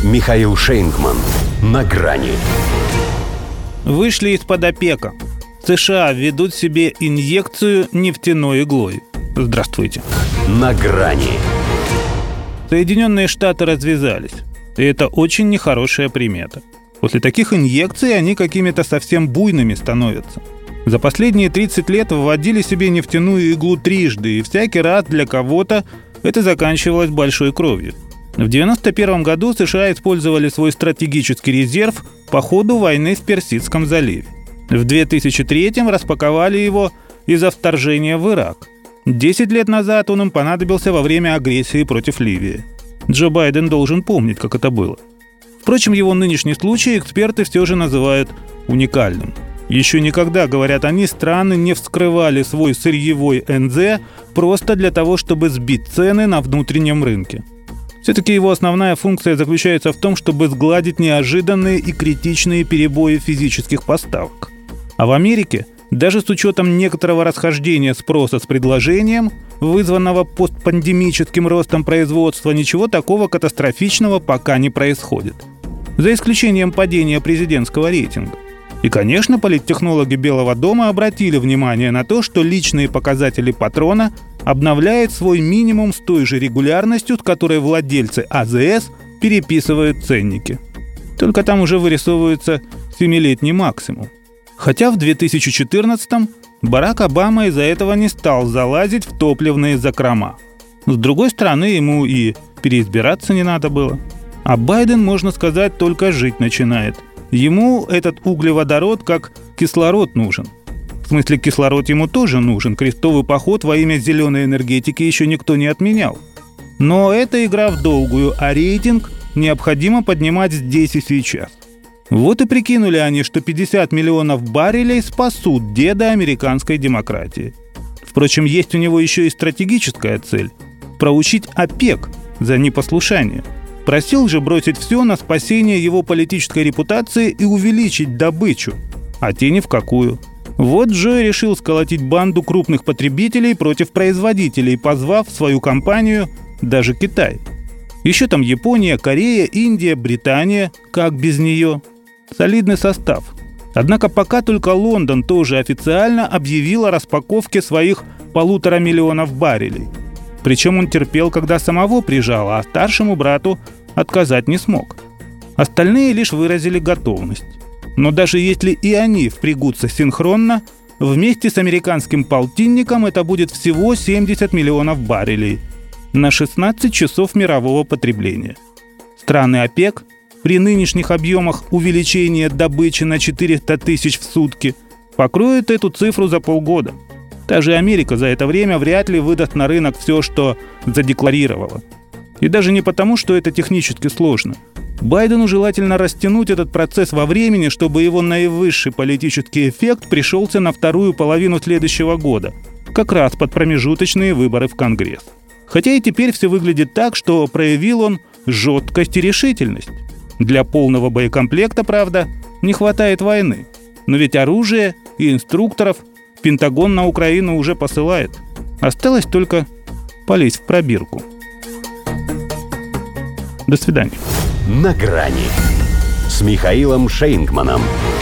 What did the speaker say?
Михаил Шейнгман. На грани. Вышли из-под ОПЕКа. США ведут себе инъекцию нефтяной иглой. Здравствуйте. На грани. Соединенные Штаты развязались. И это очень нехорошая примета. После таких инъекций они какими-то совсем буйными становятся. За последние 30 лет вводили себе нефтяную иглу трижды, и всякий раз для кого-то это заканчивалось большой кровью. В 1991 году США использовали свой стратегический резерв по ходу войны в Персидском заливе. В 2003 распаковали его из-за вторжения в Ирак. 10 лет назад он им понадобился во время агрессии против Ливии. Джо Байден должен помнить, как это было. Впрочем, его нынешний случай эксперты все же называют уникальным. Еще никогда, говорят они, страны не вскрывали свой сырьевой НЗ просто для того, чтобы сбить цены на внутреннем рынке. Все-таки его основная функция заключается в том, чтобы сгладить неожиданные и критичные перебои физических поставок. А в Америке, даже с учетом некоторого расхождения спроса с предложением, вызванного постпандемическим ростом производства, ничего такого катастрофичного пока не происходит. За исключением падения президентского рейтинга. И, конечно, политтехнологи Белого дома обратили внимание на то, что личные показатели патрона обновляют свой минимум с той же регулярностью, с которой владельцы АЗС переписывают ценники. Только там уже вырисовывается 7-летний максимум. Хотя в 2014-м Барак Обама из-за этого не стал залазить в топливные закрома. С другой стороны, ему и переизбираться не надо было. А Байден, можно сказать, только жить начинает. Ему этот углеводород как кислород нужен. В смысле, кислород ему тоже нужен. Крестовый поход во имя зеленой энергетики еще никто не отменял. Но это игра в долгую, а рейтинг необходимо поднимать здесь и сейчас. Вот и прикинули они, что 50 миллионов баррелей спасут деда американской демократии. Впрочем, есть у него еще и стратегическая цель – проучить ОПЕК за непослушание. Просил же бросить все на спасение его политической репутации и увеличить добычу, а те ни в какую. Вот Джо и решил сколотить банду крупных потребителей против производителей, позвав в свою компанию даже Китай. Еще там Япония, Корея, Индия, Британия, как без нее. Солидный состав. Однако пока только Лондон тоже официально объявил о распаковке своих 1,5 миллиона баррелей. Причем он терпел, когда самого прижало, а старшему брату отказать не смог. Остальные лишь выразили готовность. Но даже если и они впрягутся синхронно, вместе с американским полтинником это будет всего 70 миллионов баррелей на 16 часов мирового потребления. Страны ОПЕК при нынешних объемах увеличения добычи на 400 тысяч в сутки покроют эту цифру за полгода. Та же Америка за это время вряд ли выдаст на рынок все, что задекларировала. И даже не потому, что это технически сложно. Байдену желательно растянуть этот процесс во времени, чтобы его наивысший политический эффект пришелся на вторую половину следующего года, как раз под промежуточные выборы в Конгресс. Хотя и теперь все выглядит так, что проявил он жесткость и решительность. Для полного боекомплекта, правда, не хватает войны. Но ведь оружие и инструкторов Пентагон на Украину уже посылает. Осталось только полезть в пробирку. До свидания. На грани с Михаилом Шейнгманом.